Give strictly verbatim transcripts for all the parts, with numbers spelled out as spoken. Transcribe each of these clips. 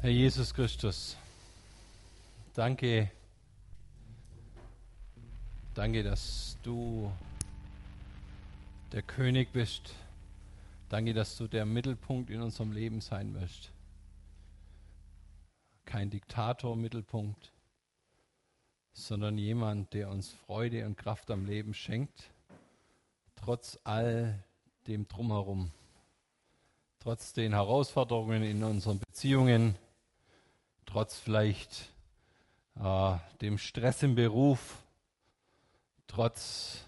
Herr Jesus Christus, danke, danke, dass du der König bist. Danke, dass du der Mittelpunkt in unserem Leben sein wirst. Kein Diktator im Mittelpunkt, sondern jemand, der uns Freude und Kraft am Leben schenkt, trotz all dem Drumherum, trotz den Herausforderungen in unseren Beziehungen, trotz vielleicht äh, dem Stress im Beruf, trotz,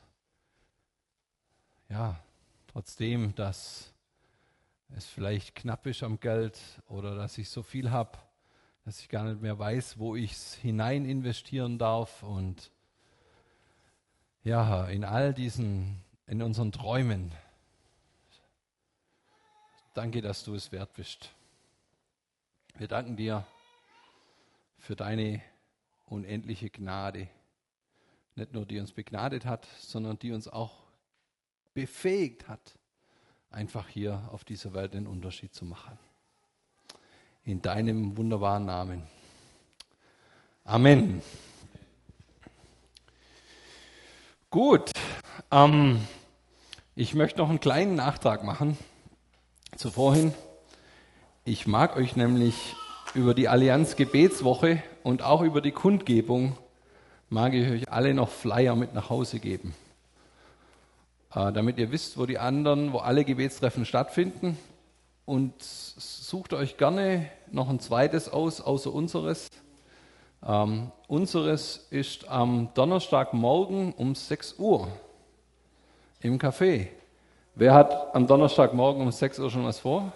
ja, trotzdem, dass es vielleicht knapp ist am Geld oder dass ich so viel habe, dass ich gar nicht mehr weiß, wo ich es hinein investieren darf. Und ja, in all diesen, in unseren Träumen, danke, dass du es wert bist. Wir danken dir für deine unendliche Gnade. Nicht nur, die uns begnadet hat, sondern die uns auch befähigt hat, einfach hier auf dieser Welt den Unterschied zu machen. In deinem wunderbaren Namen. Amen. Gut, ähm, ich möchte noch einen kleinen Nachtrag machen zu vorhin. Ich mag euch nämlich über die Allianz Gebetswoche und auch über die Kundgebung, mag ich euch alle noch Flyer mit nach Hause geben. Äh, damit ihr wisst, wo die anderen, wo alle Gebetstreffen stattfinden. Und sucht euch gerne noch ein zweites aus, außer unseres. Ähm, unseres ist am Donnerstagmorgen um sechs Uhr im Café. Wer hat am Donnerstagmorgen um sechs Uhr schon was vor?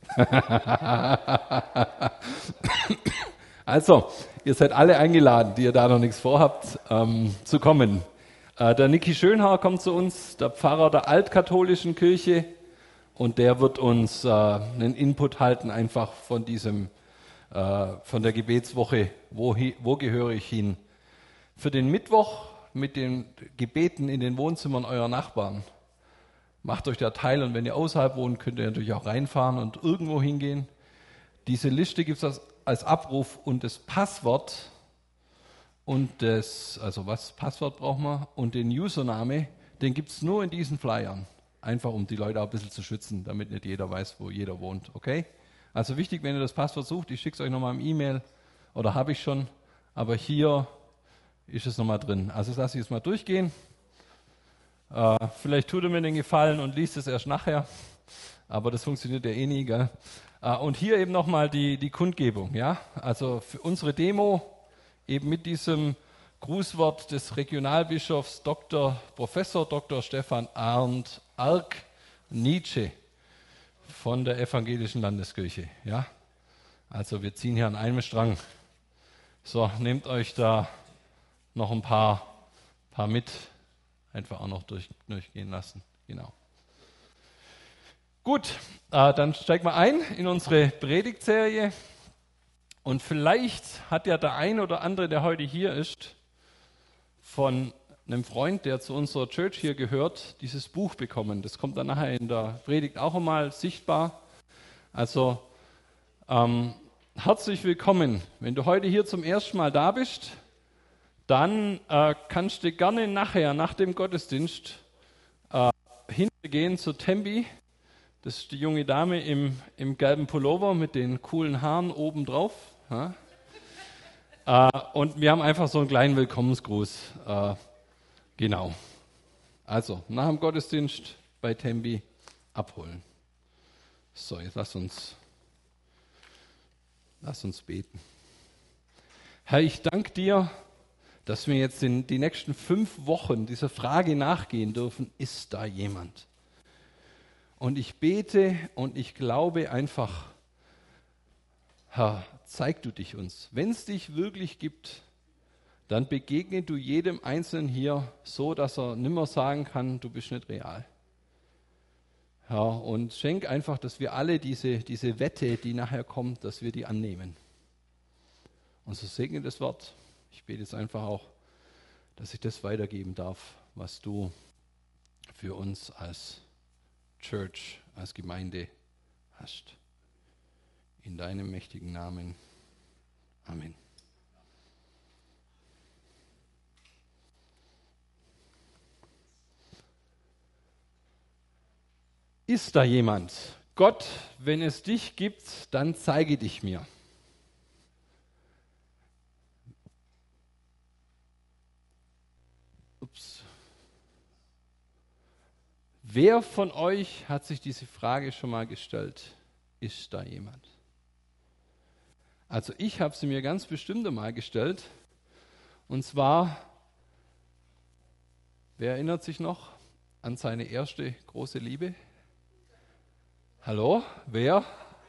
Also, ihr seid alle eingeladen, die ihr da noch nichts vorhabt, ähm, zu kommen. Äh, der Niki Schönhaar kommt zu uns, der Pfarrer der Altkatholischen Kirche, und der wird uns äh, einen Input halten, einfach von diesem, äh, von der Gebetswoche, wo, wo gehöre ich hin. Für den Mittwoch mit den Gebeten in den Wohnzimmern eurer Nachbarn. Macht euch da teil, und wenn ihr außerhalb wohnt, könnt ihr natürlich auch reinfahren und irgendwo hingehen. Diese Liste gibt es als, als Abruf, und das Passwort und das, also was Passwort braucht man, und den Username, den gibt es nur in diesen Flyern. Einfach um die Leute auch ein bisschen zu schützen, damit nicht jeder weiß, wo jeder wohnt. Okay? Also wichtig, wenn ihr das Passwort sucht, ich schicke es euch nochmal im E-Mail, oder habe ich schon, aber hier ist es nochmal drin. Also lasse ich es mal durchgehen. Äh, vielleicht tut er mir den Gefallen und liest es erst nachher, aber das funktioniert ja eh nie, gell? Äh, und hier eben nochmal die, die Kundgebung, ja? Also für unsere Demo eben mit diesem Grußwort des Regionalbischofs Doktor Professor Doktor Stefan Arndt Ark Nietzsche von der Evangelischen Landeskirche, ja? Also wir ziehen hier an einem Strang. So, nehmt euch da noch ein paar, paar mit. Einfach auch noch durch, durchgehen lassen. Genau. Gut, äh, dann steigen wir ein in unsere Predigtserie. Und vielleicht hat ja der ein oder andere, der heute hier ist, von einem Freund, der zu unserer Church hier gehört, dieses Buch bekommen. Das kommt dann nachher in der Predigt auch einmal sichtbar. Also ähm, herzlich willkommen. Wenn du heute hier zum ersten Mal da bist, dann äh, kannst du gerne nachher, nach dem Gottesdienst, äh, hintergehen zu Tembi. Das ist die junge Dame im, im gelben Pullover mit den coolen Haaren oben drauf. Ja? Äh, und wir haben einfach so einen kleinen Willkommensgruß. Äh, genau. Also, nach dem Gottesdienst bei Tembi abholen. So, jetzt lass uns, lass uns beten. Herr, ich danke dir, dass wir jetzt in die nächsten fünf Wochen dieser Frage nachgehen dürfen, ist da jemand? Und ich bete und ich glaube einfach, Herr, zeig du dich uns. Wenn es dich wirklich gibt, dann begegne du jedem Einzelnen hier so, dass er nimmer sagen kann, du bist nicht real. Herr, und schenk einfach, dass wir alle diese, diese Wette, die nachher kommt, dass wir die annehmen. Und so segne das Wort. Ich bete jetzt einfach auch, dass ich das weitergeben darf, was du für uns als Church, als Gemeinde hast. In deinem mächtigen Namen. Amen. Ist da jemand? Gott, wenn es dich gibt, dann zeige dich mir. Ups. Wer von euch hat sich diese Frage schon mal gestellt? Ist da jemand? Also ich habe sie mir ganz bestimmt einmal gestellt. Und zwar, wer erinnert sich noch an seine erste große Liebe? Hallo, wer?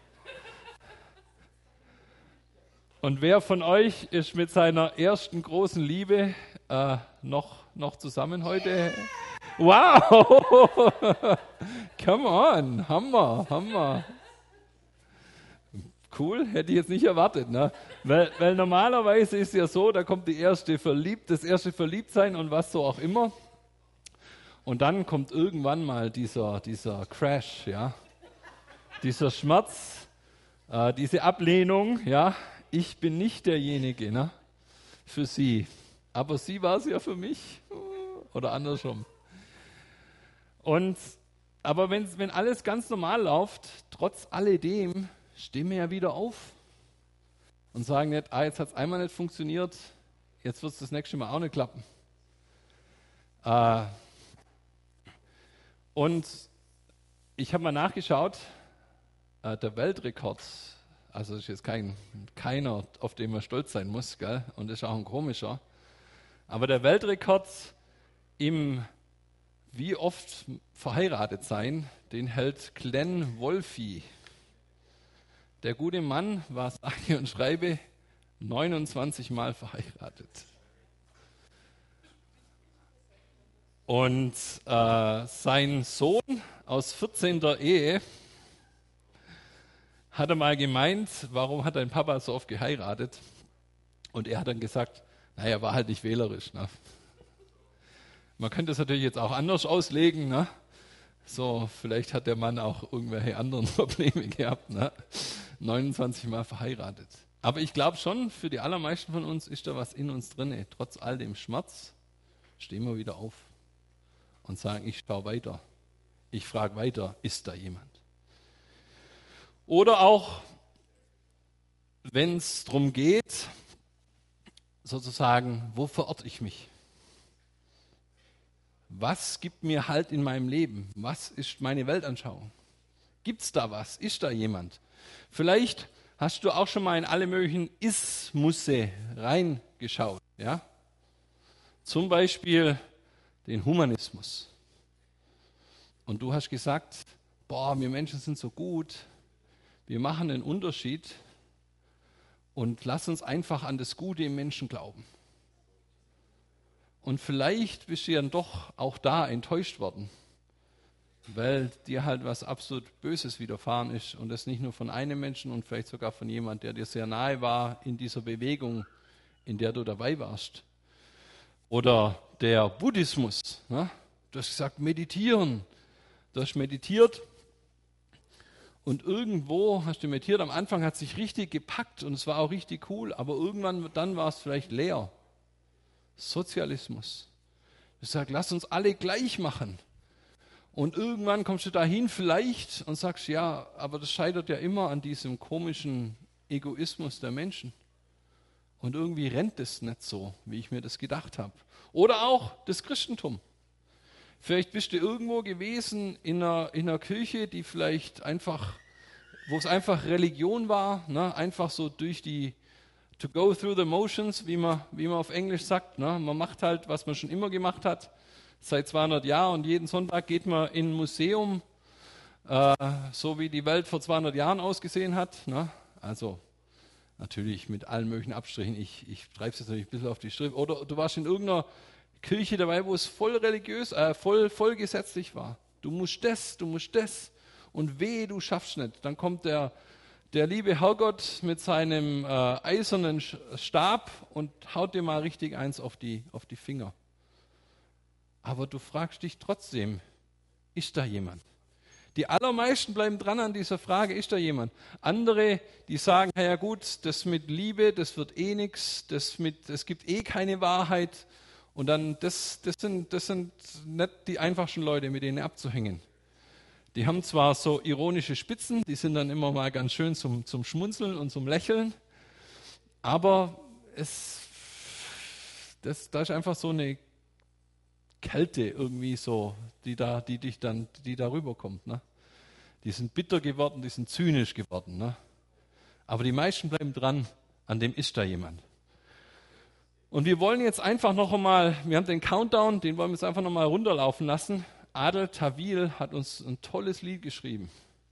Und wer von euch ist mit seiner ersten großen Liebe äh, noch, noch zusammen heute? Wow! Come on, Hammer, Hammer. Cool, hätte ich jetzt nicht erwartet, ne? Weil, weil normalerweise ist es ja so, da kommt die erste Verliebt, das erste Verliebtsein und was so auch immer. Und dann kommt irgendwann mal dieser, dieser Crash, ja. Dieser Schmerz, äh, diese Ablehnung, ja, ich bin nicht derjenige, ne, für sie. Aber sie war es ja für mich oder andersrum. Und, aber wenn, wenn alles ganz normal läuft, trotz alledem stehen wir ja wieder auf und sagen nicht, ah, jetzt hat es einmal nicht funktioniert, jetzt wird es das nächste Mal auch nicht klappen. Äh, und ich habe mal nachgeschaut, der Weltrekord, also das ist jetzt kein, keiner, auf den man stolz sein muss, gell? Und das ist auch ein komischer, aber der Weltrekord im wie oft verheiratet sein, den hält Glenn Wolfi. Der gute Mann war, sage und schreibe, neunundzwanzig Mal verheiratet. Und äh, sein Sohn aus vierzehnter Ehe hat er mal gemeint, warum hat dein Papa so oft geheiratet? Und er hat dann gesagt, naja, war halt nicht wählerisch. Ne? Man könnte es natürlich jetzt auch anders auslegen. Ne? So, vielleicht hat der Mann auch irgendwelche anderen Probleme gehabt. Ne? neunundzwanzig Mal verheiratet. Aber ich glaube schon, für die allermeisten von uns ist da was in uns drin. Trotz all dem Schmerz stehen wir wieder auf und sagen, ich schaue weiter. Ich frage weiter, ist da jemand? Oder auch, wenn es darum geht, sozusagen, wo verorte ich mich? Was gibt mir Halt in meinem Leben? Was ist meine Weltanschauung? Gibt es da was? Ist da jemand? Vielleicht hast du auch schon mal in alle möglichen Ismusse reingeschaut. Ja? Zum Beispiel den Humanismus. Und du hast gesagt, boah, wir Menschen sind so gut, wir machen einen Unterschied und lass uns einfach an das Gute im Menschen glauben. Und vielleicht bist du ja doch auch da enttäuscht worden, weil dir halt was absolut Böses widerfahren ist und das nicht nur von einem Menschen und vielleicht sogar von jemand, der dir sehr nahe war in dieser Bewegung, in der du dabei warst. Oder der Buddhismus. Ne? Du hast gesagt, meditieren. Du hast meditiert und irgendwo hast du meditiert. Am Anfang hat es sich richtig gepackt und es war auch richtig cool, aber irgendwann dann war es vielleicht leer. Sozialismus. Du sagst, lass uns alle gleich machen. Und irgendwann kommst du dahin vielleicht und sagst, ja, aber das scheitert ja immer an diesem komischen Egoismus der Menschen. Und irgendwie rennt es nicht so, wie ich mir das gedacht habe. Oder auch das Christentum. Vielleicht bist du irgendwo gewesen in einer, in einer Kirche, die vielleicht einfach, wo es einfach Religion war, ne? Einfach so durch die, to go through the motions, wie man, wie man auf Englisch sagt. Ne? Man macht halt, was man schon immer gemacht hat, seit zweihundert Jahren und jeden Sonntag geht man in ein Museum, äh, so wie die Welt vor zweihundert Jahren ausgesehen hat. Ne? Also natürlich mit allen möglichen Abstrichen, ich, ich treibe es jetzt natürlich ein bisschen auf die Schrift. Oder du warst in irgendeiner Kirche dabei, wo es voll religiös, äh, voll, voll gesetzlich war. Du musst das, du musst das und weh, du schaffst nicht. Dann kommt der, der liebe Herrgott mit seinem äh, eisernen Stab und haut dir mal richtig eins auf die, auf die Finger. Aber du fragst dich trotzdem, ist da jemand? Die allermeisten bleiben dran an dieser Frage, ist da jemand? Andere, die sagen, na ja gut, das mit Liebe, das wird eh nichts, das mit, es gibt eh keine Wahrheit. Und dann, das, das sind, das sind nicht die einfachsten Leute, mit denen abzuhängen. Die haben zwar so ironische Spitzen, die sind dann immer mal ganz schön zum, zum Schmunzeln und zum Lächeln, aber es, das, da ist einfach so eine Kälte irgendwie so, die da, die dich dann, die da rüberkommt. Ne? Die sind bitter geworden, die sind zynisch geworden. Ne? Aber die meisten bleiben dran, an dem ist da jemand. Und wir wollen jetzt einfach noch einmal, wir haben den Countdown, den wollen wir jetzt einfach noch mal runterlaufen lassen. Adel Tawil hat uns ein tolles Lied geschrieben.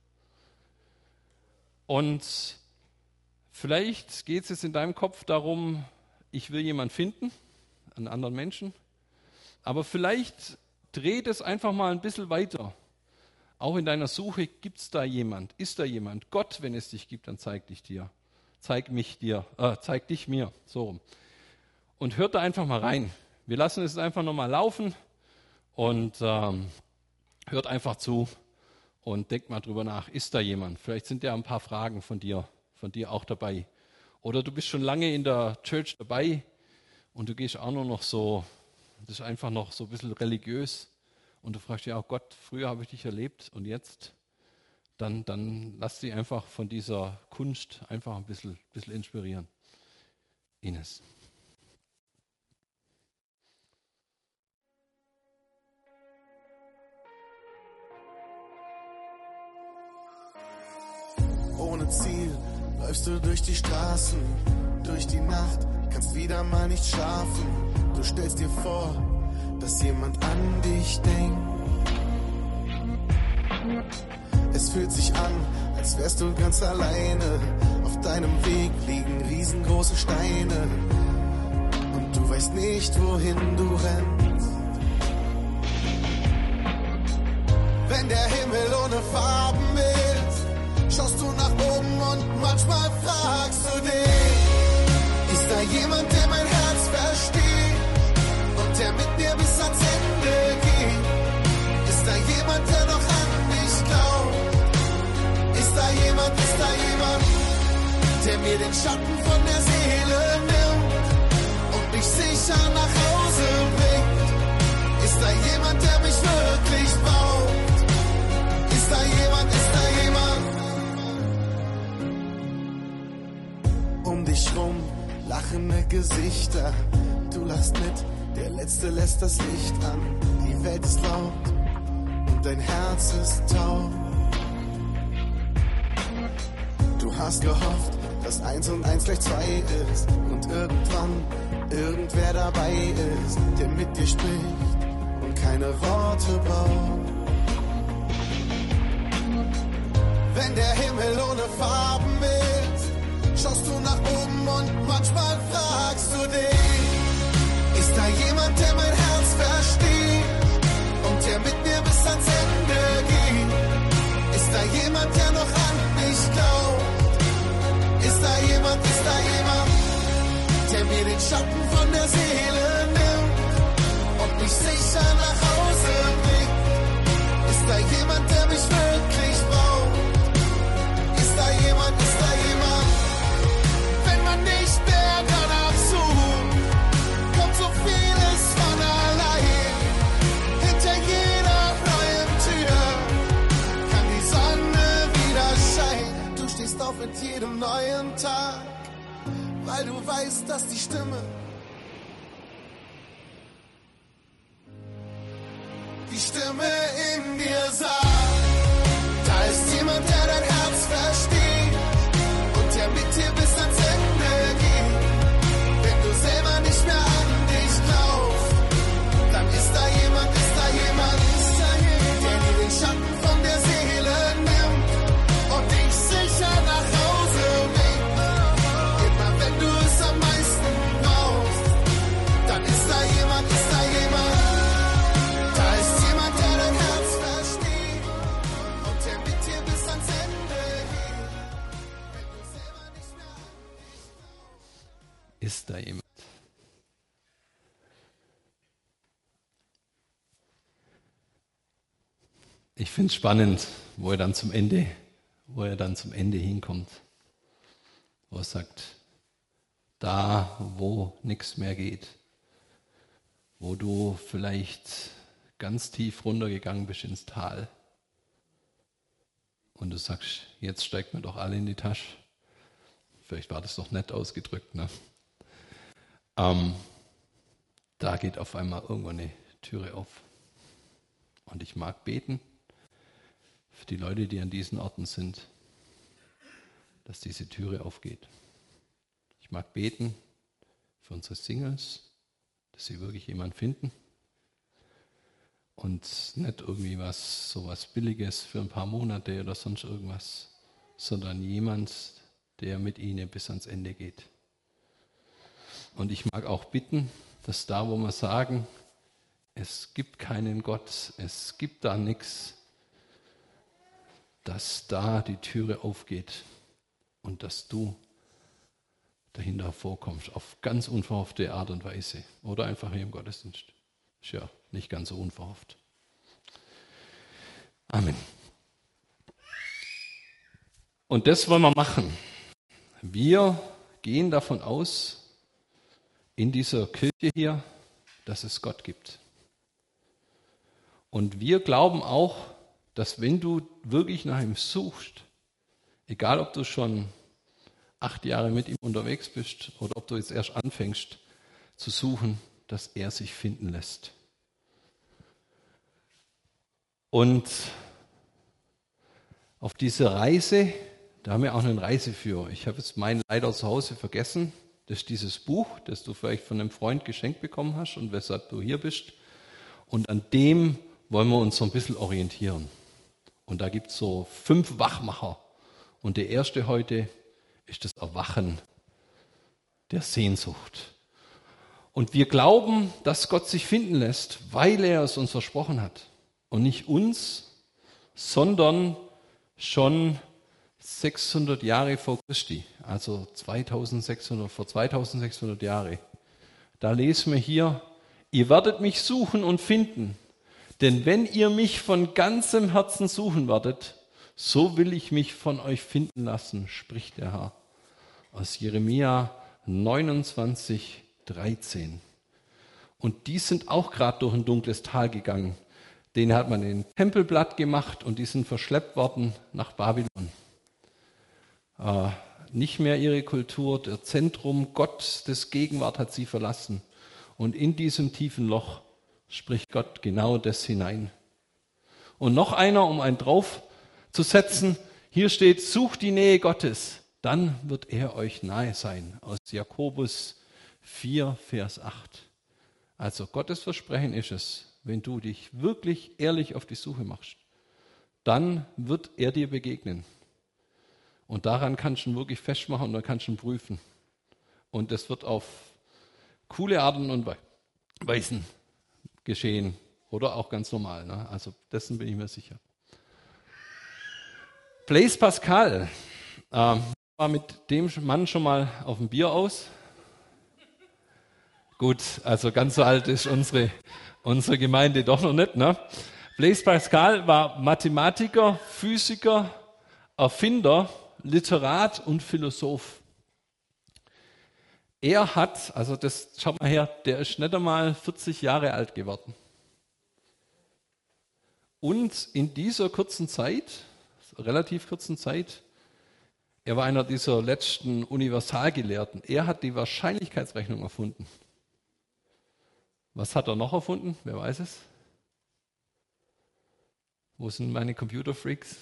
Und vielleicht geht es jetzt in deinem Kopf darum, ich will jemanden finden, einen anderen Menschen. Aber vielleicht dreht es einfach mal ein bisschen weiter. Auch in deiner Suche, gibt es da jemand? Ist da jemand? Gott, wenn es dich gibt, dann zeig dich dir. Zeig mich dir, äh, zeig dich mir. So rum. Und hört da einfach mal rein. Wir lassen es einfach nochmal laufen und ähm, hört einfach zu und denkt mal drüber nach. Ist da jemand? Vielleicht sind ja ein paar Fragen von dir, von dir auch dabei. Oder du bist schon lange in der Church dabei und du gehst auch nur noch so, das ist einfach noch so ein bisschen religiös und du fragst dich auch, Gott, früher habe ich dich erlebt und jetzt? Dann, dann lass dich einfach von dieser Kunst einfach ein bisschen, bisschen inspirieren. Ines. Ohne Ziel läufst du durch die Straßen, durch die Nacht, kannst wieder mal nicht schlafen. Du stellst dir vor, dass jemand an dich denkt. Es fühlt sich an, als wärst du ganz alleine. Auf deinem Weg liegen riesengroße Steine und du weißt nicht, wohin du rennst. Wenn der Himmel ohne Farben ist, schaust du nach oben und manchmal fragst du dich, ist da jemand, der mein Herz versteht und der mit mir bis ans Ende geht? Ist da jemand, der noch an mich glaubt? Ist da jemand, ist da jemand, der mir den Schatten von der Seele nimmt und mich sicher nach Hause bringt? Ist da jemand, der mich wirklich braucht? Ist da jemand, ist da jemand? Um dich rum lachende Gesichter, du lachst mit, der Letzte lässt das Licht an. Die Welt ist laut und dein Herz ist taub. Du hast gehofft, dass eins und eins gleich zwei ist und irgendwann irgendwer dabei ist, der mit dir spricht und keine Worte braucht. Wenn der Himmel ohne Farben ist, schaust du nach oben und manchmal fragst du dich, ist da jemand, der mein Herz versteht und der mit mir bis ans Ende geht? Ist da jemand, der noch an mich glaubt? Ist da jemand, ist da jemand, der mir den Schatten von der Seele nimmt und mich sicher nach Hause bringt? Ist da jemand, der mich wirklich braucht? Ist da jemand, ist da jemand? Wenn man nicht mehr danach sucht, kommt so vieles von allein. Hinter jeder neuen Tür kann die Sonne wieder scheinen. Du stehst auf mit jedem neuen Tag, weil du weißt, dass die Stimme, die Stimme in dir sagt, da ist jemand, der dein Herz versteht und der mit dir bis ans Ende geht. Wenn du selber nicht mehr an dich glaubst, dann ist da jemand, ist da jemand, ist da jemand, der dir den Schatten von der Seele nimmt und dich sicher nach Hause bringt. Immer wenn du es am meisten brauchst, dann ist da jemand, ist da jemand. Da ist jemand, der dein Herz versteht und der mit dir bis ans Ende geht. Wenn du selber nicht mehr an dich glaubst. Ist da jemand? Ich finde es spannend, wo er dann zum Ende, wo er dann zum Ende hinkommt, wo er sagt, da, wo nichts mehr geht, wo du vielleicht ganz tief runtergegangen bist ins Tal und du sagst, jetzt steigt mir doch alle in die Tasche. Vielleicht war das noch nett ausgedrückt, ne? Ähm, da geht auf einmal irgendwo eine Türe auf. Und ich mag beten für die Leute, die an diesen Orten sind, dass diese Türe aufgeht. Ich mag beten für unsere Singles, dass sie wirklich jemanden finden und nicht irgendwie was, sowas Billiges für ein paar Monate oder sonst irgendwas, sondern jemand, der mit ihnen bis ans Ende geht. Und ich mag auch bitten, dass da, wo wir sagen, es gibt keinen Gott, es gibt da nichts, dass da die Türe aufgeht und dass du dahinter hervorkommst, auf ganz unverhoffte Art und Weise. Oder einfach hier im Gottesdienst. Ist ja nicht ganz so unverhofft. Amen. Und das wollen wir machen. Wir gehen davon aus, in dieser Kirche hier, dass es Gott gibt. Und wir glauben auch, dass wenn du wirklich nach ihm suchst, egal ob du schon acht Jahre mit ihm unterwegs bist oder ob du jetzt erst anfängst zu suchen, dass er sich finden lässt. Und auf dieser Reise, da haben wir auch einen Reiseführer. Ich habe jetzt meinen leider zu Hause vergessen. Das ist dieses Buch, das du vielleicht von einem Freund geschenkt bekommen hast und weshalb du hier bist. Und an dem wollen wir uns so ein bisschen orientieren. Und da gibt es so fünf Wachmacher. Und der erste heute ist das Erwachen der Sehnsucht. Und wir glauben, dass Gott sich finden lässt, weil er es uns versprochen hat. Und nicht uns, sondern schon sechshundert Jahre vor Christi, also zweitausendsechshundert, vor zweitausendsechshundert Jahre. Da lesen wir hier, ihr werdet mich suchen und finden, denn wenn ihr mich von ganzem Herzen suchen werdet, so will ich mich von euch finden lassen, spricht der Herr. Aus Jeremia neunundzwanzig, dreizehn. Und die sind auch gerade durch ein dunkles Tal gegangen. Denen hat man den Tempel platt gemacht und die sind verschleppt worden nach Babylon. Äh, nicht mehr ihre Kultur, der Zentrum Gottes Gegenwart hat sie verlassen. Und in diesem tiefen Loch spricht Gott genau das hinein. Und noch einer, um einen drauf zu setzen, hier steht, sucht die Nähe Gottes, dann wird er euch nahe sein. Aus Jakobus vier, Vers acht. Also Gottes Versprechen ist es, wenn du dich wirklich ehrlich auf die Suche machst, dann wird er dir begegnen. Und daran kannst du ihn wirklich festmachen und dann kannst du ihn prüfen. Und das wird auf coole Arten und Weisen geschehen. Oder auch ganz normal. Ne? Also dessen bin ich mir sicher. Blaise Pascal. Ähm, war mit dem Mann schon mal auf dem Bier aus? Gut, also ganz so alt ist unsere, unsere Gemeinde doch noch nicht. Ne? Blaise Pascal war Mathematiker, Physiker, Erfinder, Literat und Philosoph. Er hat, also das, schaut mal her, der ist nicht einmal vierzig Jahre alt geworden. Und in dieser kurzen Zeit, relativ kurzen Zeit, er war einer dieser letzten Universalgelehrten. Er hat die Wahrscheinlichkeitsrechnung erfunden. Was hat er noch erfunden? Wer weiß es? Wo sind meine Computerfreaks?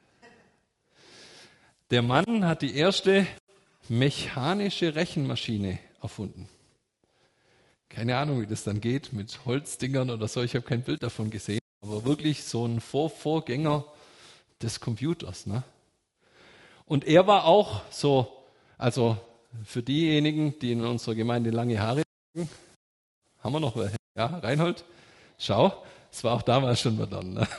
Der Mann hat die erste mechanische Rechenmaschine erfunden. Keine Ahnung, wie das dann geht, mit Holzdingern oder so. Ich habe kein Bild davon gesehen. Aber wirklich so ein Vor- Vorgänger des Computers. Ne? Und er war auch so, also für diejenigen, die in unserer Gemeinde lange Haare tragen, haben wir noch welche? Ja, Reinhold? Schau, es war auch damals schon modern. Ne?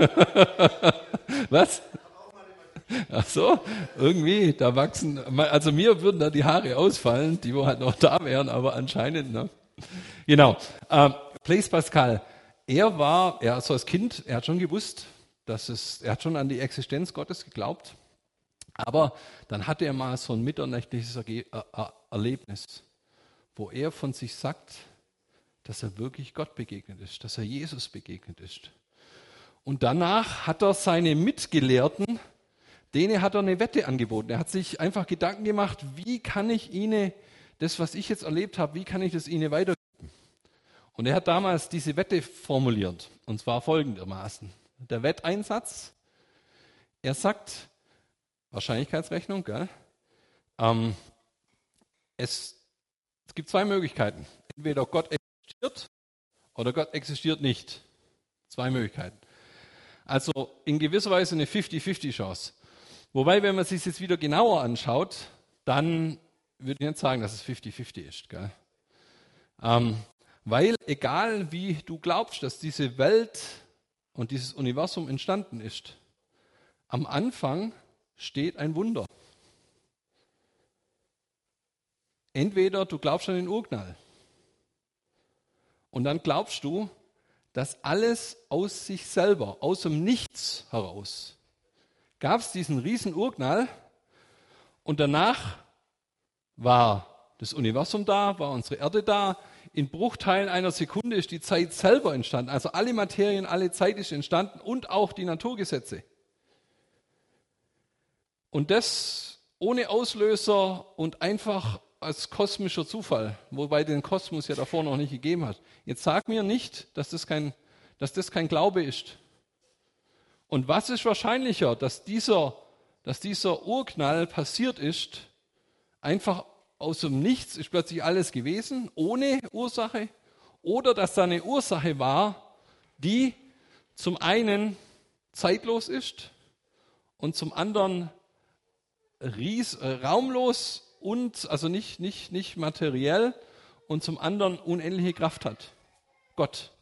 Was? Ach so, irgendwie, da wachsen, also mir würden da die Haare ausfallen, die wo halt noch da wären, aber anscheinend, ne? Genau. Ähm, Blaise Pascal, er war, er so als Kind, er hat schon gewusst, dass es, er hat schon an die Existenz Gottes geglaubt, aber dann hatte er mal so ein mitternächtliches Erge er Erlebnis, wo er von sich sagt, dass er wirklich Gott begegnet ist, dass er Jesus begegnet ist. Und danach hat er seine Mitgelehrten, denen hat er eine Wette angeboten. Er hat sich einfach Gedanken gemacht, wie kann ich ihnen das, was ich jetzt erlebt habe, wie kann ich das ihnen weitergeben? Und er hat damals diese Wette formuliert, und zwar folgendermaßen. Der Wetteinsatz, er sagt, Wahrscheinlichkeitsrechnung, gell? Ähm, es, es gibt zwei Möglichkeiten. Entweder Gott existiert oder Gott existiert nicht. Zwei Möglichkeiten. Also in gewisser Weise eine fünfzig fünfzig Chance. Wobei, wenn man sich jetzt wieder genauer anschaut, dann würde ich nicht sagen, dass es fünfzig fünfzig ist. Gell? Ähm, weil egal wie du glaubst, dass diese Welt und dieses Universum entstanden ist, am Anfang steht ein Wunder. Entweder du glaubst an den Urknall und dann glaubst du, dass alles aus sich selber, aus dem Nichts heraus, gab es diesen riesen Urknall und danach war das Universum da, war unsere Erde da. In Bruchteilen einer Sekunde ist die Zeit selber entstanden. Also alle Materien, alle Zeit ist entstanden und auch die Naturgesetze. Und das ohne Auslöser und einfach als kosmischer Zufall, wobei den Kosmos ja davor noch nicht gegeben hat. Jetzt sag mir nicht, dass das kein, dass das kein Glaube ist. Und was ist wahrscheinlicher, dass dieser, dass dieser Urknall passiert ist, einfach aus dem Nichts ist plötzlich alles gewesen, ohne Ursache, oder dass da eine Ursache war, die zum einen zeitlos ist und zum anderen ries, äh, raumlos und also nicht, nicht, nicht materiell und zum anderen unendliche Kraft hat. Gott.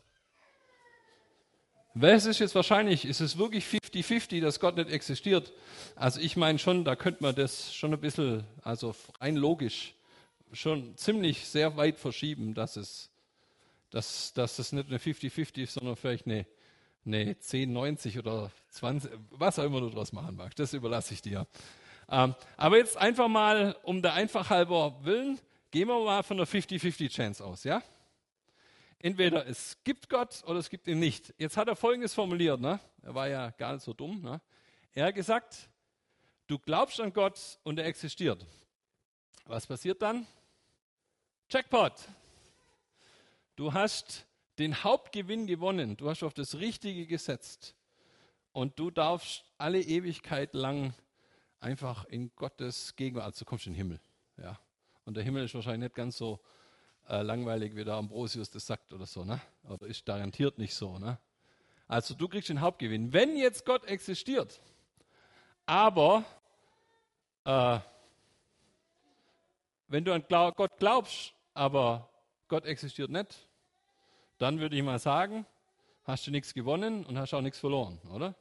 Was ist jetzt wahrscheinlich? Ist es wirklich fünfzig fünfzig, dass Gott nicht existiert? Also ich meine schon, da könnte man das schon ein bisschen, also rein logisch, schon ziemlich sehr weit verschieben, dass es, dass, dass es nicht eine fünfzig fünfzig ist, sondern vielleicht eine, eine zehn neunzig oder zwanzig, was auch immer du daraus machen magst. Das überlasse ich dir. Ähm, aber jetzt einfach mal, um der Einfachheit halber willen, gehen wir mal von der fünfzig fünfzig Chance aus, ja? Entweder es gibt Gott oder es gibt ihn nicht. Jetzt hat er Folgendes formuliert, ne? Er war ja gar nicht so dumm. Ne? Er hat gesagt, du glaubst an Gott und er existiert. Was passiert dann? Jackpot. Du hast den Hauptgewinn gewonnen. Du hast auf das Richtige gesetzt. Und du darfst alle Ewigkeit lang einfach in Gottes Gegenwart, also du kommst in den Himmel. Ja? Und der Himmel ist wahrscheinlich nicht ganz so Äh, langweilig, wie der Ambrosius das sagt oder so, ne? Oder ist garantiert nicht so, ne? Also du kriegst den Hauptgewinn. Wenn jetzt Gott existiert, aber äh, wenn du an Gott glaubst, aber Gott existiert nicht, dann würde ich mal sagen, hast du nichts gewonnen und hast auch nichts verloren, oder?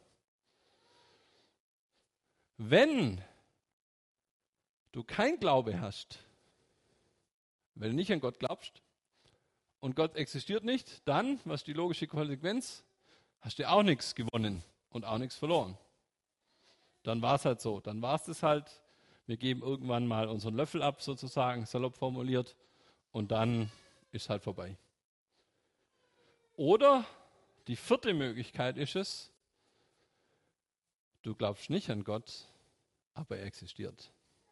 Wenn du kein Glaube hast, wenn du nicht an Gott glaubst und Gott existiert nicht, dann, was ist die logische Konsequenz? Hast du auch nichts gewonnen und auch nichts verloren. Dann war es halt so. Dann war es das halt. Wir geben irgendwann mal unseren Löffel ab, sozusagen, salopp formuliert, und dann ist es halt vorbei. Oder die vierte Möglichkeit ist es, du glaubst nicht an Gott, aber er existiert.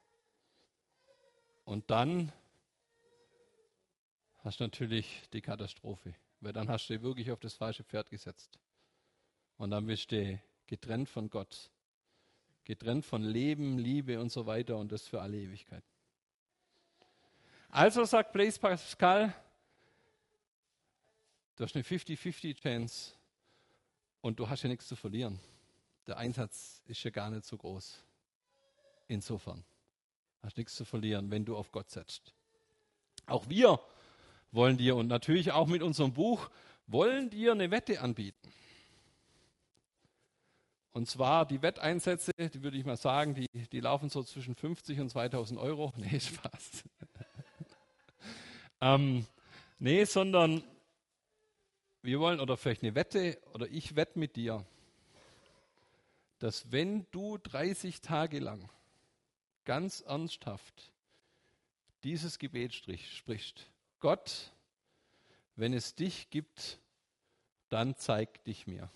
Und dann hast du natürlich die Katastrophe, weil dann hast du wirklich auf das falsche Pferd gesetzt. Und dann bist du getrennt von Gott, getrennt von Leben, Liebe und so weiter und das für alle Ewigkeit. Also sagt Blaise Pascal, du hast eine fünfzig fünfzig Chance und du hast ja nichts zu verlieren. Der Einsatz ist ja gar nicht so groß. Insofern hast du nichts zu verlieren, wenn du auf Gott setzt. Auch wir wollen dir, und natürlich auch mit unserem Buch, wollen dir eine Wette anbieten. Und zwar die Wetteinsätze, die würde ich mal sagen, die, die laufen so zwischen fünfzig und zweitausend Euro. Nee, Spaß. ähm, nee, sondern wir wollen, oder vielleicht eine Wette, oder ich wette mit dir, dass wenn du dreißig Tage lang ganz ernsthaft dieses Gebet sprichst, Gott, wenn es dich gibt, dann zeig dich mir.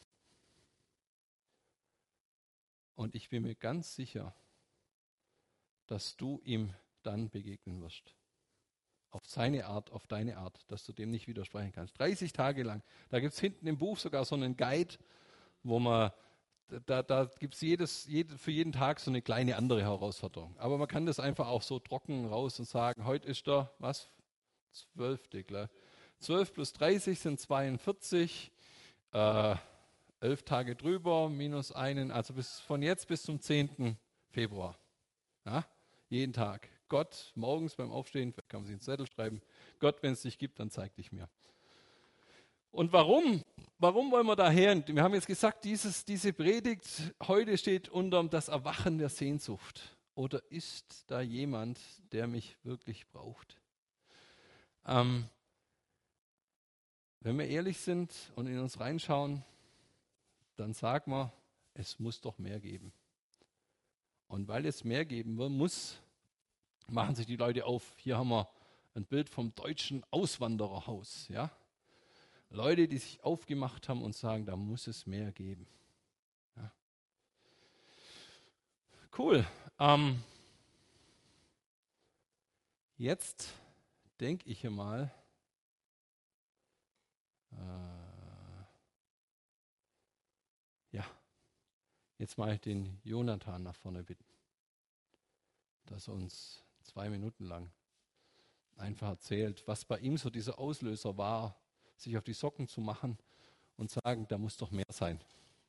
Und ich bin mir ganz sicher, dass du ihm dann begegnen wirst. Auf seine Art, auf deine Art, dass du dem nicht widersprechen kannst. dreißig Tage lang. Da gibt es hinten im Buch sogar so einen Guide, wo man, da, da gibt es jedes, jede, für jeden Tag so eine kleine andere Herausforderung. Aber man kann das einfach auch so trocken raus und sagen, heute ist der, was? Zwölfte, klar. zwölf plus dreißig sind zweiundvierzig, äh, elf Tage drüber, minus einen, also bis, von jetzt bis zum zehnten Februar. Ja? Jeden Tag. Gott, morgens beim Aufstehen, kann man sich ins Zettel schreiben, Gott, wenn es dich gibt, dann zeig dich mir. Und warum? Warum wollen wir daher? Wir haben jetzt gesagt, dieses, diese Predigt heute steht unter das Erwachen der Sehnsucht. Oder ist da jemand, der mich wirklich braucht? Ähm, wenn wir ehrlich sind und in uns reinschauen, dann sagen wir, es muss doch mehr geben. Und weil es mehr geben muss, machen sich die Leute auf. Hier haben wir ein Bild vom deutschen Auswandererhaus. Ja? Leute, die sich aufgemacht haben und sagen, da muss es mehr geben. Ja. Cool. Ähm, jetzt denke ich mal, äh, ja, jetzt mal den Jonathan nach vorne bitten, dass er uns zwei Minuten lang einfach erzählt, was bei ihm so dieser Auslöser war, sich auf die Socken zu machen und sagen, da muss doch mehr sein.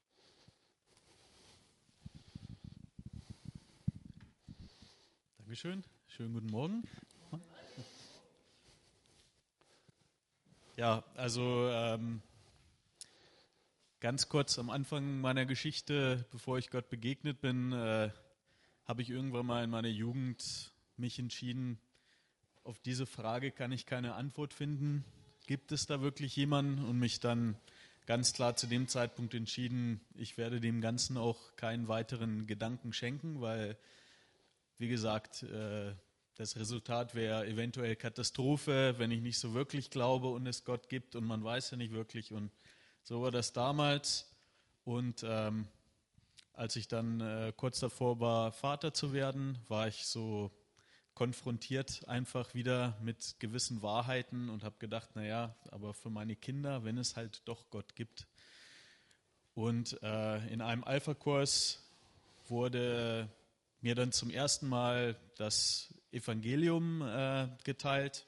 Dankeschön. Schönen guten Morgen. Ja, also ähm, ganz kurz am Anfang meiner Geschichte, bevor ich Gott begegnet bin, äh, habe ich irgendwann mal in meiner Jugend mich entschieden, auf diese Frage kann ich keine Antwort finden. Gibt es da wirklich jemanden? Und mich dann ganz klar zu dem Zeitpunkt entschieden, ich werde dem Ganzen auch keinen weiteren Gedanken schenken, weil, wie gesagt, äh, das Resultat wäre eventuell Katastrophe, wenn ich nicht so wirklich glaube und es Gott gibt und man weiß ja nicht wirklich. Und so war das damals. Und ähm, als ich dann äh, kurz davor war, Vater zu werden, war ich so konfrontiert einfach wieder mit gewissen Wahrheiten und habe gedacht, naja, aber für meine Kinder, wenn es halt doch Gott gibt. Und äh, in einem Alpha-Kurs wurde mir dann zum ersten Mal das Evangelium äh, geteilt.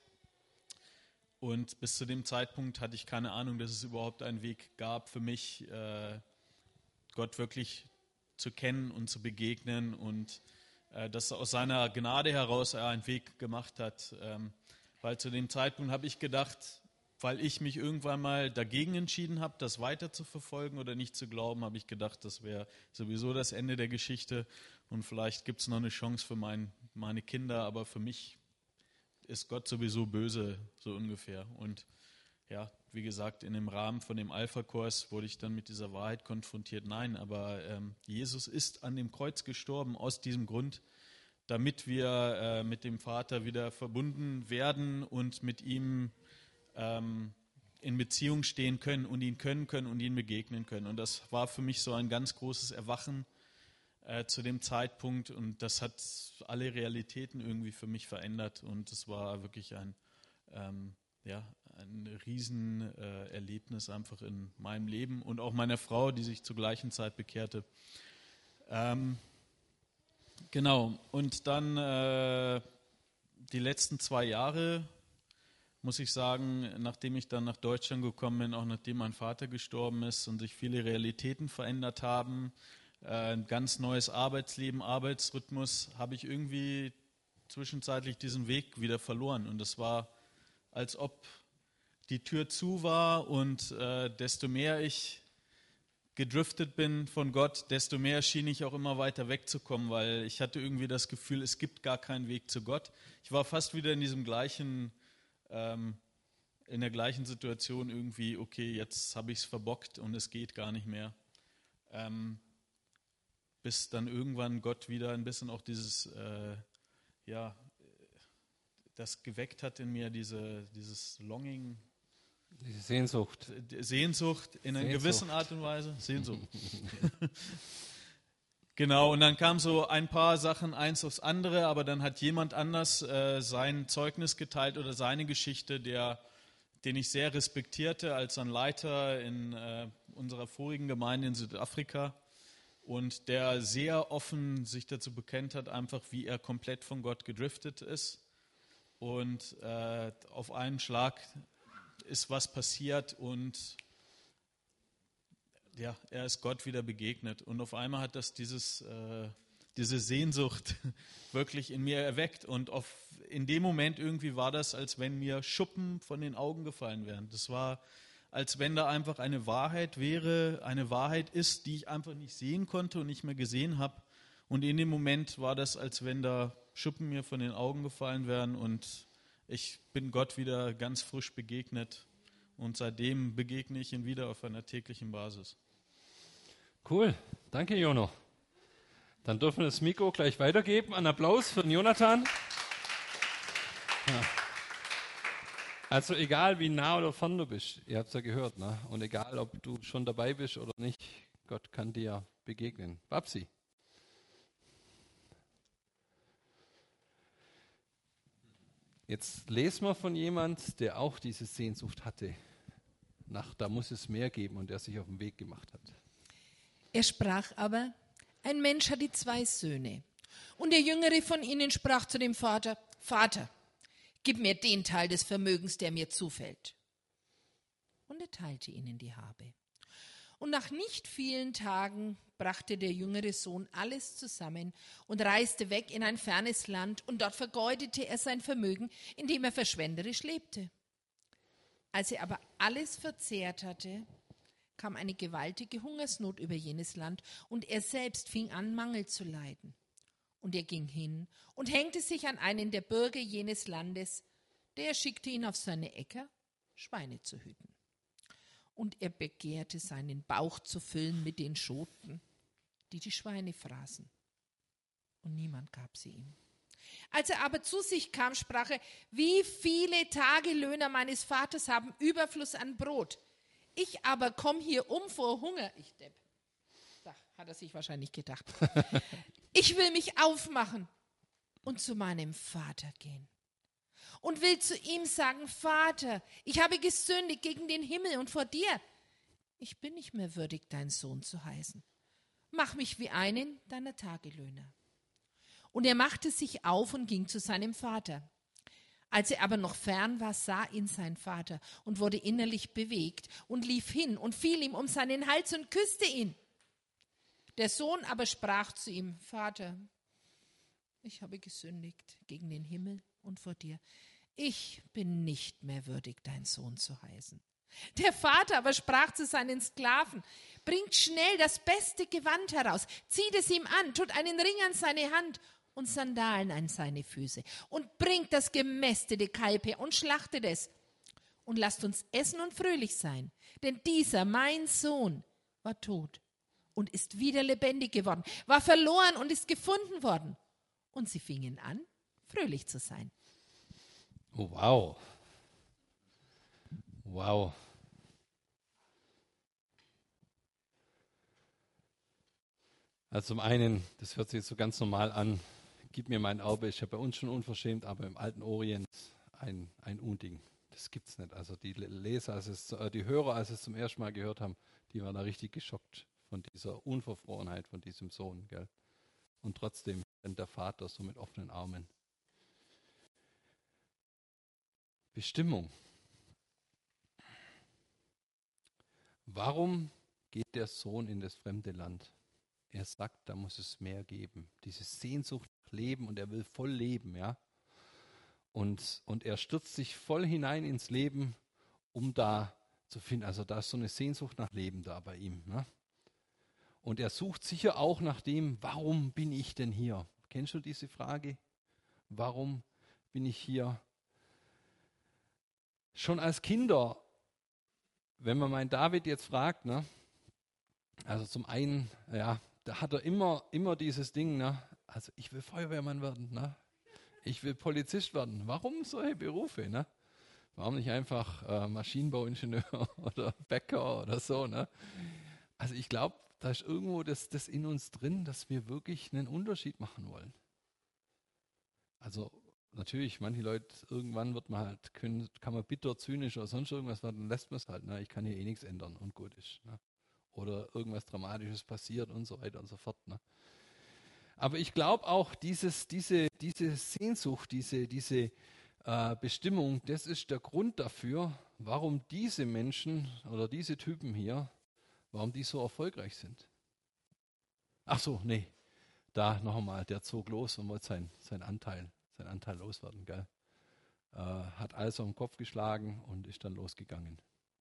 Und bis zu dem Zeitpunkt hatte ich keine Ahnung, dass es überhaupt einen Weg gab für mich, äh, Gott wirklich zu kennen und zu begegnen und äh, dass aus seiner Gnade heraus er einen Weg gemacht hat. Ähm, weil zu dem Zeitpunkt habe ich gedacht, weil ich mich irgendwann mal dagegen entschieden habe, das weiter zu verfolgen oder nicht zu glauben, habe ich gedacht, das wäre sowieso das Ende der Geschichte und vielleicht gibt es noch eine Chance für mein, meine Kinder, aber für mich ist Gott sowieso böse, so ungefähr. Und ja, wie gesagt, in dem Rahmen von dem Alpha-Kurs wurde ich dann mit dieser Wahrheit konfrontiert. Nein, aber ähm, Jesus ist an dem Kreuz gestorben aus diesem Grund, damit wir äh, mit dem Vater wieder verbunden werden und mit ihm ähm, in Beziehung stehen können und ihn können können und ihn begegnen können. Und das war für mich so ein ganz großes Erwachen äh, zu dem Zeitpunkt und das hat alle Realitäten irgendwie für mich verändert und es war wirklich ein ähm, ja, ein Riesenerlebnis äh, einfach in meinem Leben und auch meiner Frau, die sich zur gleichen Zeit bekehrte. Ähm, genau, und dann äh, die letzten zwei Jahre, muss ich sagen, nachdem ich dann nach Deutschland gekommen bin, auch nachdem mein Vater gestorben ist und sich viele Realitäten verändert haben, äh, ein ganz neues Arbeitsleben, Arbeitsrhythmus, habe ich irgendwie zwischenzeitlich diesen Weg wieder verloren und das war als ob die Tür zu war und äh, desto mehr ich gedriftet bin von Gott, desto mehr schien ich auch immer weiter wegzukommen, weil ich hatte irgendwie das Gefühl, es gibt gar keinen Weg zu Gott. Ich war fast wieder in diesem gleichen, ähm, in der gleichen Situation irgendwie, okay, jetzt habe ich es verbockt und es geht gar nicht mehr. Ähm, bis dann irgendwann Gott wieder ein bisschen auch dieses, äh, ja, das geweckt hat in mir, diese, dieses Longing, Diese Sehnsucht. Sehnsucht in einer Sehnsucht. gewissen Art und Weise. Sehnsucht. Genau, und dann kam so ein paar Sachen eins aufs andere, aber dann hat jemand anders äh, sein Zeugnis geteilt oder seine Geschichte, der, den ich sehr respektierte als ein Leiter in äh, unserer vorigen Gemeinde in Südafrika und der sehr offen sich dazu bekennt hat, einfach wie er komplett von Gott gedriftet ist. Und äh, auf einen Schlag ist was passiert und ja, er ist Gott wieder begegnet. Und auf einmal hat das dieses, äh, diese Sehnsucht wirklich in mir erweckt. Und auf, in dem Moment irgendwie war das, als wenn mir Schuppen von den Augen gefallen wären. Das war, als wenn da einfach eine Wahrheit wäre, eine Wahrheit ist, die ich einfach nicht sehen konnte und nicht mehr gesehen habe. Und in dem Moment war das, als wenn da Schuppen mir von den Augen gefallen wären und ich bin Gott wieder ganz frisch begegnet und seitdem begegne ich ihn wieder auf einer täglichen Basis. Cool, danke Jono. Dann dürfen wir das Mikro gleich weitergeben. Einen Applaus für den Jonathan. Ja. Also egal wie nah oder fern du bist, ihr habt es ja gehört, ne? Und egal ob du schon dabei bist oder nicht, Gott kann dir begegnen. Babsi. Jetzt lesen wir von jemand, der auch diese Sehnsucht hatte. Nach, da muss es mehr geben und der sich auf den Weg gemacht hat. Er sprach aber, ein Mensch hatte zwei Söhne. Und der Jüngere von ihnen sprach zu dem Vater, Vater, gib mir den Teil des Vermögens, der mir zufällt. Und er teilte ihnen die Habe. Und nach nicht vielen Tagen brachte der jüngere Sohn alles zusammen und reiste weg in ein fernes Land, und dort vergeudete er sein Vermögen, indem er verschwenderisch lebte. Als er aber alles verzehrt hatte, kam eine gewaltige Hungersnot über jenes Land, und er selbst fing an, Mangel zu leiden. Und er ging hin und hängte sich an einen der Bürger jenes Landes, der schickte ihn auf seine Äcker, Schweine zu hüten. Und er begehrte, seinen Bauch zu füllen mit den Schoten, die die Schweine fraßen. Und niemand gab sie ihm. Als er aber zu sich kam, sprach er, wie viele Tagelöhner meines Vaters haben Überfluss an Brot. Ich aber komme hier um vor Hunger. Ich Depp. Da hat er sich wahrscheinlich gedacht. Ich will mich aufmachen und zu meinem Vater gehen. Und will zu ihm sagen, Vater, ich habe gesündigt gegen den Himmel und vor dir. Ich bin nicht mehr würdig, dein Sohn zu heißen. Mach mich wie einen deiner Tagelöhner. Und er machte sich auf und ging zu seinem Vater. Als er aber noch fern war, sah ihn sein Vater und wurde innerlich bewegt und lief hin und fiel ihm um seinen Hals und küsste ihn. Der Sohn aber sprach zu ihm, Vater, ich habe gesündigt gegen den Himmel und vor dir. Ich bin nicht mehr würdig, dein Sohn zu heißen. Der Vater aber sprach zu seinen Sklaven, bringt schnell das beste Gewand heraus, zieht es ihm an, tut einen Ring an seine Hand und Sandalen an seine Füße und bringt das gemästete Kalb her und schlachtet es und lasst uns essen und fröhlich sein. Denn dieser, mein Sohn, war tot und ist wieder lebendig geworden, war verloren und ist gefunden worden. Und sie fingen an, fröhlich zu sein. Oh, wow. Wow. Also zum einen, das hört sich jetzt so ganz normal an, gib mir mein Erbe, ist ja bei uns schon unverschämt, aber im alten Orient ein, ein Unding. Das gibt's nicht. Also die Leser, als es, äh, die Hörer, als es zum ersten Mal gehört haben, die waren da richtig geschockt von dieser Unverfrorenheit von diesem Sohn. Gell? Und trotzdem rennt der Vater so mit offenen Armen. Bestimmung. Warum geht der Sohn in das fremde Land? Er sagt, da muss es mehr geben. Diese Sehnsucht nach Leben, und er will voll leben, ja. Und, und er stürzt sich voll hinein ins Leben, um da zu finden. Also da ist so eine Sehnsucht nach Leben da bei ihm. Ne? Und er sucht sicher auch nach dem, warum bin ich denn hier? Kennst du diese Frage? Warum bin ich hier? Schon als Kinder, wenn man meinen David jetzt fragt, ne? Also zum einen, ja, da hat er immer, immer dieses Ding, ne? Also ich will Feuerwehrmann werden, ne? Ich will Polizist werden. Warum solche Berufe, ne? Warum nicht einfach äh, Maschinenbauingenieur oder Bäcker oder so, ne? Also ich glaube, da ist irgendwo das, das in uns drin, dass wir wirklich einen Unterschied machen wollen. Also natürlich, manche Leute, irgendwann wird man halt, können, kann man bitter, zynisch oder sonst irgendwas werden, dann lässt man es halt, ne? Ich kann hier eh nichts ändern und gut ist, ne? Oder irgendwas Dramatisches passiert und so weiter und so fort, ne? Aber ich glaube auch, dieses, diese, diese Sehnsucht, diese, diese äh, Bestimmung, das ist der Grund dafür, warum diese Menschen oder diese Typen hier, warum die so erfolgreich sind. Ach so, nee, da noch einmal, der zog los und wollte sein, sein Anteil, sein Anteil loswerden, gell? Äh, hat alles auf den Kopf geschlagen und ist dann losgegangen.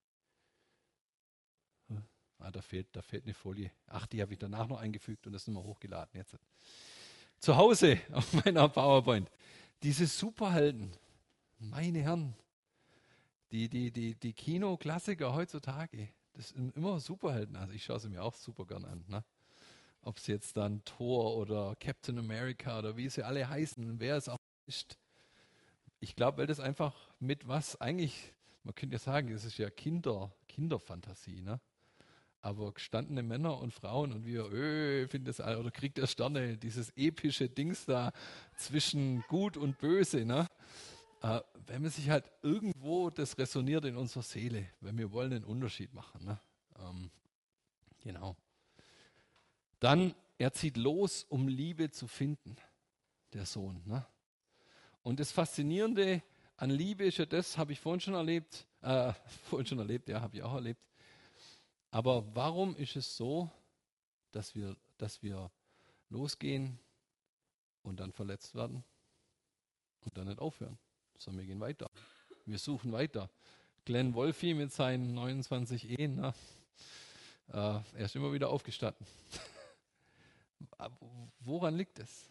Ah, da fehlt, da fehlt eine Folie. Ach, die habe ich danach noch eingefügt und das ist nochmal hochgeladen jetzt. Zu Hause auf meiner PowerPoint. Diese Superhelden, meine Herren, die, die, die, die Kinoklassiker heutzutage, das sind immer Superhelden. Also ich schaue sie mir auch super gern an. Ne? Ob es jetzt dann Thor oder Captain America oder wie sie alle heißen, wer es auch ist. Ich glaube, weil das einfach mit was eigentlich, man könnte ja sagen, das ist ja Kinder, Kinderfantasie, ne? Aber gestandene Männer und Frauen und wir, öh, findet es oder kriegt der Sterne, dieses epische Dings da zwischen Gut und Böse, ne? Äh, wenn man sich halt irgendwo, das resoniert in unserer Seele, wenn wir wollen einen Unterschied machen, ne? Ähm, genau. Dann, er zieht los, um Liebe zu finden, der Sohn, ne? Und das Faszinierende an Liebe ist ja das, habe ich vorhin schon erlebt, äh, vorhin schon erlebt, ja, habe ich auch erlebt. Aber warum ist es so, dass wir, dass wir losgehen und dann verletzt werden und dann nicht aufhören, sondern wir gehen weiter. Wir suchen weiter. Glenn Wolfi mit seinen neunundzwanzig Ehen, na, äh, er ist immer wieder aufgestanden. Woran liegt es?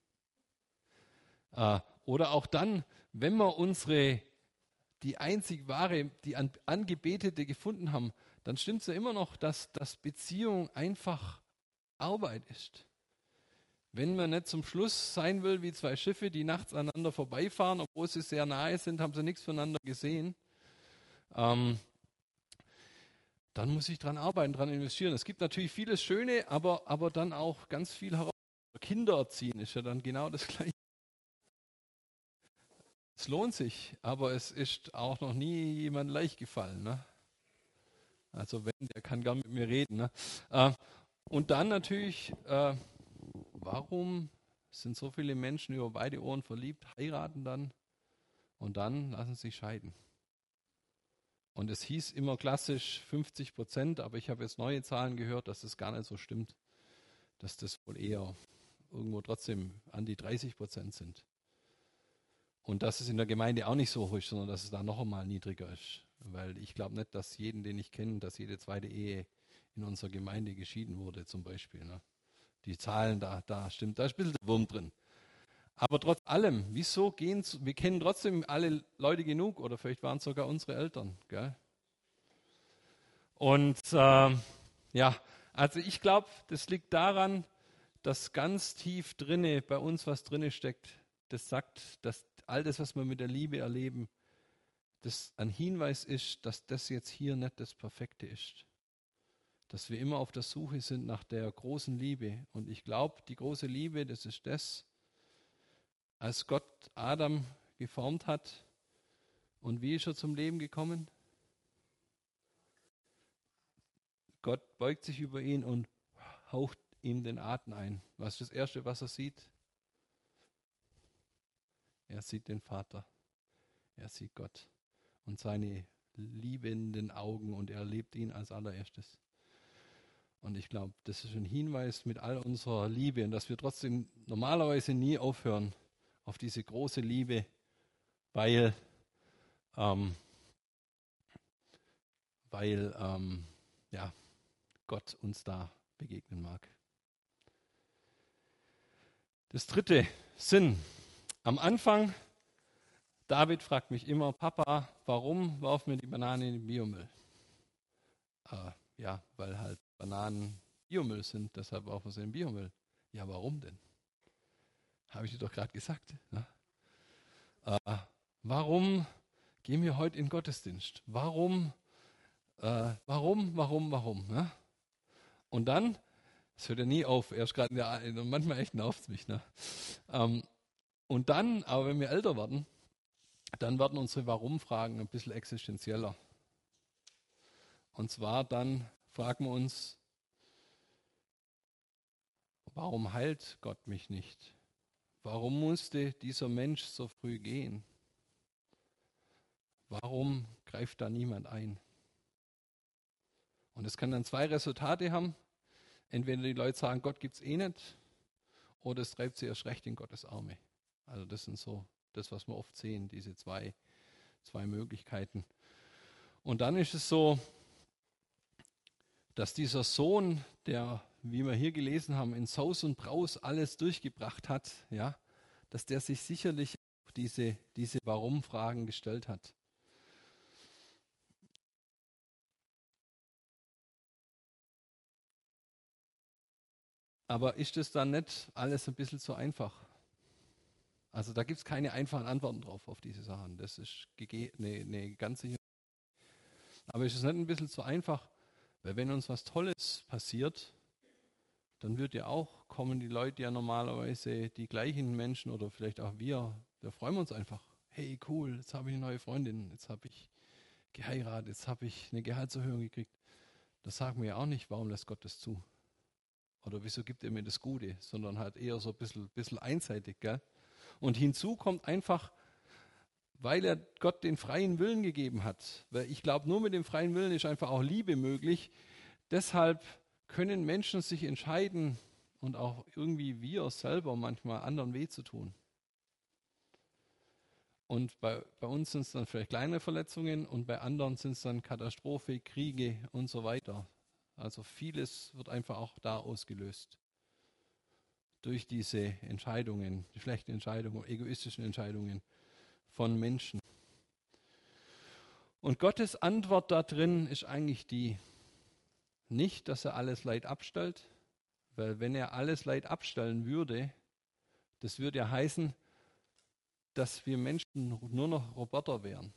Äh, oder auch dann, wenn wir unsere, die einzig wahre, die an, Angebetete gefunden haben, dann stimmt es ja immer noch, dass, dass Beziehung einfach Arbeit ist. Wenn man nicht zum Schluss sein will wie zwei Schiffe, die nachts aneinander vorbeifahren, obwohl sie sehr nahe sind, haben sie nichts voneinander gesehen, ähm, dann muss ich dran arbeiten, dran investieren. Es gibt natürlich vieles Schöne, aber, aber dann auch ganz viel heraus. Kinder erziehen ist ja dann genau das Gleiche. Es lohnt sich, aber es ist auch noch nie jemand leicht gefallen, ne? Also wenn, der kann gern mit mir reden. Ne? Äh, und dann natürlich, äh, warum sind so viele Menschen über beide Ohren verliebt, heiraten dann und dann lassen sich scheiden? Und es hieß immer klassisch fünfzig Prozent, aber ich habe jetzt neue Zahlen gehört, dass das gar nicht so stimmt, dass das wohl eher irgendwo trotzdem an die dreißig Prozent sind. Und dass es in der Gemeinde auch nicht so hoch ist, sondern dass es da noch einmal niedriger ist. Weil ich glaube nicht, dass jeden, den ich kenne, dass jede zweite Ehe in unserer Gemeinde geschieden wurde zum Beispiel. Ne? Die Zahlen, da, da stimmt, da ist ein bisschen der Wurm drin. Aber trotz allem, wieso gehen, wir kennen trotzdem alle Leute genug oder vielleicht waren es sogar unsere Eltern. Gell? Und äh, ja, also ich glaube, das liegt daran, dass ganz tief drinne bei uns was drinne steckt, das sagt, dass all das, was wir mit der Liebe erleben, das ein Hinweis ist, dass das jetzt hier nicht das Perfekte ist. Dass wir immer auf der Suche sind nach der großen Liebe. Und ich glaube, die große Liebe, das ist das, als Gott Adam geformt hat. Und wie ist er zum Leben gekommen? Gott beugt sich über ihn und haucht ihm den Atem ein. Was ist das Erste, was er sieht? Er sieht den Vater. Er sieht Gott und seine liebenden Augen und er erlebt ihn als allererstes. Und ich glaube, das ist ein Hinweis mit all unserer Liebe und dass wir trotzdem normalerweise nie aufhören auf diese große Liebe, weil, ähm, weil ähm, ja, Gott uns da begegnen mag. Das dritte, Sinn. Am Anfang, David fragt mich immer, Papa, warum werfen wir die Banane in den Biomüll? Äh, ja, weil halt Bananen Biomüll sind, deshalb auch für den Biomüll. Ja, warum denn? Habe ich dir doch gerade gesagt. Ne? Äh, warum gehen wir heute in den Gottesdienst? Warum, äh, warum, warum, warum? Ne? Und dann, es hört ja nie auf, erst gerade in der, in, manchmal echt nervt es mich. Ne? Ähm, und dann, aber wenn wir älter werden, dann werden unsere Warum-Fragen ein bisschen existenzieller. Und zwar dann fragen wir uns, warum heilt Gott mich nicht? Warum musste dieser Mensch so früh gehen? Warum greift da niemand ein? Und es kann dann zwei Resultate haben. Entweder die Leute sagen, Gott gibt es eh nicht, oder es treibt sie erst recht in Gottes Arme. Also das sind so das, was wir oft sehen, diese zwei, zwei Möglichkeiten. Und dann ist es so, dass dieser Sohn, der, wie wir hier gelesen haben, in Saus und Braus alles durchgebracht hat, ja, dass der sich sicherlich diese, diese Warum-Fragen gestellt hat. Aber ist es dann nicht alles ein bisschen zu einfach? Also da gibt es keine einfachen Antworten drauf auf diese Sachen. Das ist eine ne, ne ganz sicher. Aber ist es nicht ein bisschen zu einfach? Weil wenn uns was Tolles passiert, dann wird ja auch, kommen die Leute ja normalerweise, die gleichen Menschen oder vielleicht auch wir, da freuen wir uns einfach. Hey, cool, jetzt habe ich eine neue Freundin, jetzt habe ich geheiratet, jetzt habe ich eine Gehaltserhöhung gekriegt. Das sagen wir ja auch nicht, warum lässt Gott das zu? Oder wieso gibt er mir das Gute? Sondern halt eher so ein bisschen, bisschen einseitig. Gell? Und hinzu kommt einfach, weil er Gott den freien Willen gegeben hat. Weil ich glaube, nur mit dem freien Willen ist einfach auch Liebe möglich. Deshalb können Menschen sich entscheiden und auch irgendwie wir selber manchmal anderen weh zu tun. Und bei, bei uns sind es dann vielleicht kleine Verletzungen und bei anderen sind es dann Katastrophe, Kriege und so weiter. Also vieles wird einfach auch da ausgelöst. Durch diese Entscheidungen, die schlechten Entscheidungen, egoistischen Entscheidungen von Menschen. Und Gottes Antwort da drin ist eigentlich die, nicht, dass er alles Leid abstellt, weil wenn er alles Leid abstellen würde, das würde ja heißen, dass wir Menschen nur noch Roboter wären.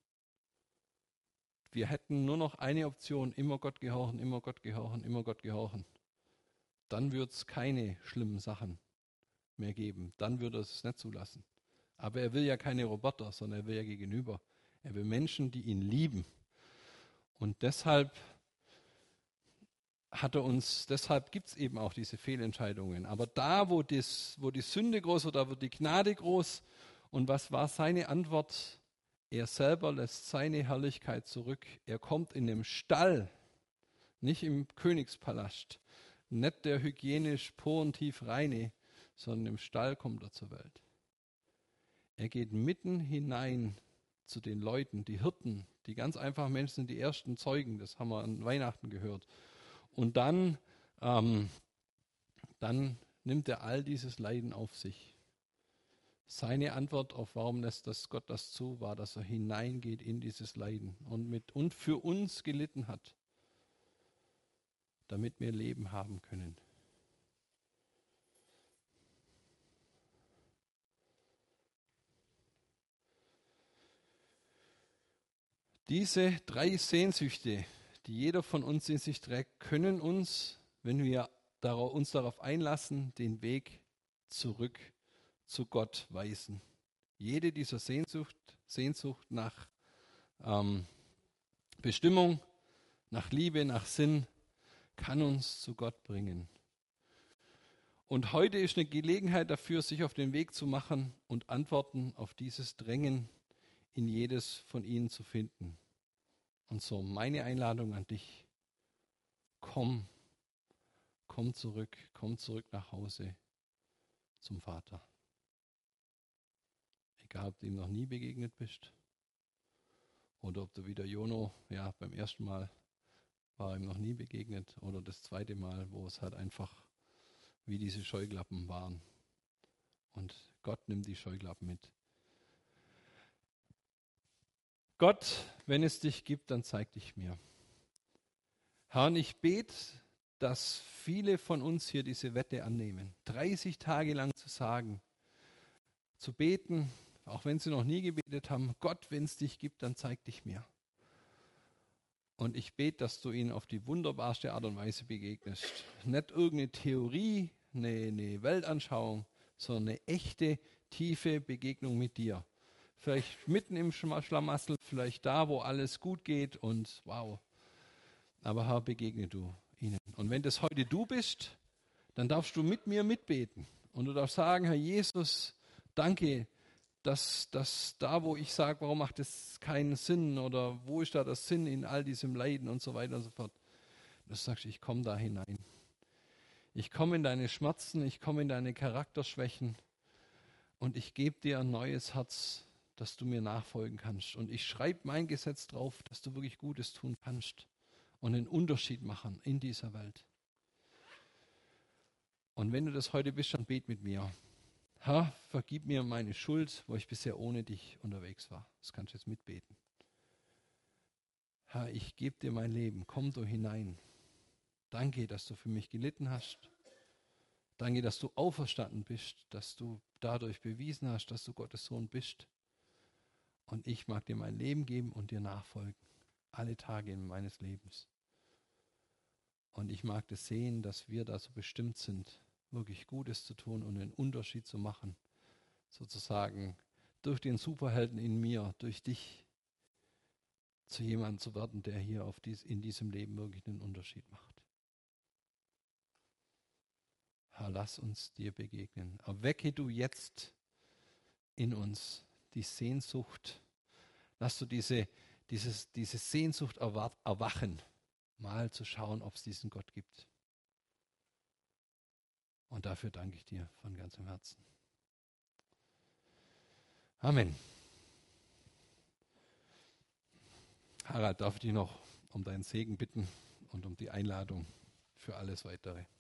Wir hätten nur noch eine Option, immer Gott gehorchen, immer Gott gehorchen, immer Gott gehorchen. Dann würde es keine schlimmen Sachen mehr geben. Dann würde er es nicht zulassen. Aber er will ja keine Roboter, sondern er will ja gegenüber. Er will Menschen, die ihn lieben. Und deshalb hat er uns, deshalb gibt es eben auch diese Fehlentscheidungen. Aber da, wo, das, wo die Sünde groß wird, da wird die Gnade groß. Und was war seine Antwort? Er selber lässt seine Herrlichkeit zurück. Er kommt in dem Stall, nicht im Königspalast. Nicht der hygienisch porentief reine, sondern im Stall kommt er zur Welt. Er geht mitten hinein zu den Leuten, die Hirten, die ganz einfachen Menschen sind, die ersten Zeugen, das haben wir an Weihnachten gehört. Und dann, ähm, dann nimmt er all dieses Leiden auf sich. Seine Antwort auf warum lässt das Gott das zu, war, dass er hineingeht in dieses Leiden und, mit, und für uns gelitten hat, damit wir Leben haben können. Diese drei Sehnsüchte, die jeder von uns in sich trägt, können uns, wenn wir uns darauf einlassen, den Weg zurück zu Gott weisen. Jede dieser Sehnsucht, Sehnsucht nach ähm, Bestimmung, nach Liebe, nach Sinn, kann uns zu Gott bringen. Und heute ist eine Gelegenheit dafür, sich auf den Weg zu machen und Antworten auf dieses Drängen in jedes von ihnen zu finden. Und so meine Einladung an dich, komm, komm zurück, komm zurück nach Hause zum Vater. Egal, ob du ihm noch nie begegnet bist oder ob du wieder Jono, ja, beim ersten Mal war ihm noch nie begegnet oder das zweite Mal, wo es halt einfach wie diese Scheuklappen waren. Und Gott nimmt die Scheuklappen mit. Gott, wenn es dich gibt, dann zeig dich mir. Herr, ich bete, dass viele von uns hier diese Wette annehmen. dreißig Tage lang zu sagen, zu beten, auch wenn sie noch nie gebetet haben, Gott, wenn es dich gibt, dann zeig dich mir. Und ich bete, dass du ihnen auf die wunderbarste Art und Weise begegnest. Nicht irgendeine Theorie, eine, eine Weltanschauung, sondern eine echte, tiefe Begegnung mit dir. Vielleicht mitten im Schlamassel, vielleicht da, wo alles gut geht und wow. Aber Herr, begegne du ihnen. Und wenn das heute du bist, dann darfst du mit mir mitbeten. Und du darfst sagen, Herr Jesus, danke, dass, dass da, wo ich sage, warum macht das keinen Sinn oder wo ist da der Sinn in all diesem Leiden und so weiter und so fort. Du sagst, ich komme da hinein. Ich komme in deine Schmerzen, ich komme in deine Charakterschwächen und ich gebe dir ein neues Herz, dass du mir nachfolgen kannst. Und ich schreibe mein Gesetz drauf, dass du wirklich Gutes tun kannst und einen Unterschied machen in dieser Welt. Und wenn du das heute bist, dann bet mit mir. Herr, vergib mir meine Schuld, wo ich bisher ohne dich unterwegs war. Das kannst du jetzt mitbeten. Herr, ich gebe dir mein Leben. Komm du hinein. Danke, dass du für mich gelitten hast. Danke, dass du auferstanden bist, dass du dadurch bewiesen hast, dass du Gottes Sohn bist. Und ich mag dir mein Leben geben und dir nachfolgen. Alle Tage meines Lebens. Und ich mag das sehen, dass wir da so bestimmt sind, wirklich Gutes zu tun und einen Unterschied zu machen. Sozusagen durch den Superhelden in mir, durch dich zu jemandem zu werden, der hier auf dies, in diesem Leben wirklich einen Unterschied macht. Herr, lass uns dir begegnen. Erwecke du jetzt in uns die Sehnsucht. Lass du diese, dieses, diese Sehnsucht erwachen, mal zu schauen, ob es diesen Gott gibt. Und dafür danke ich dir von ganzem Herzen. Amen. Harald, darf ich dich noch um deinen Segen bitten und um die Einladung für alles Weitere.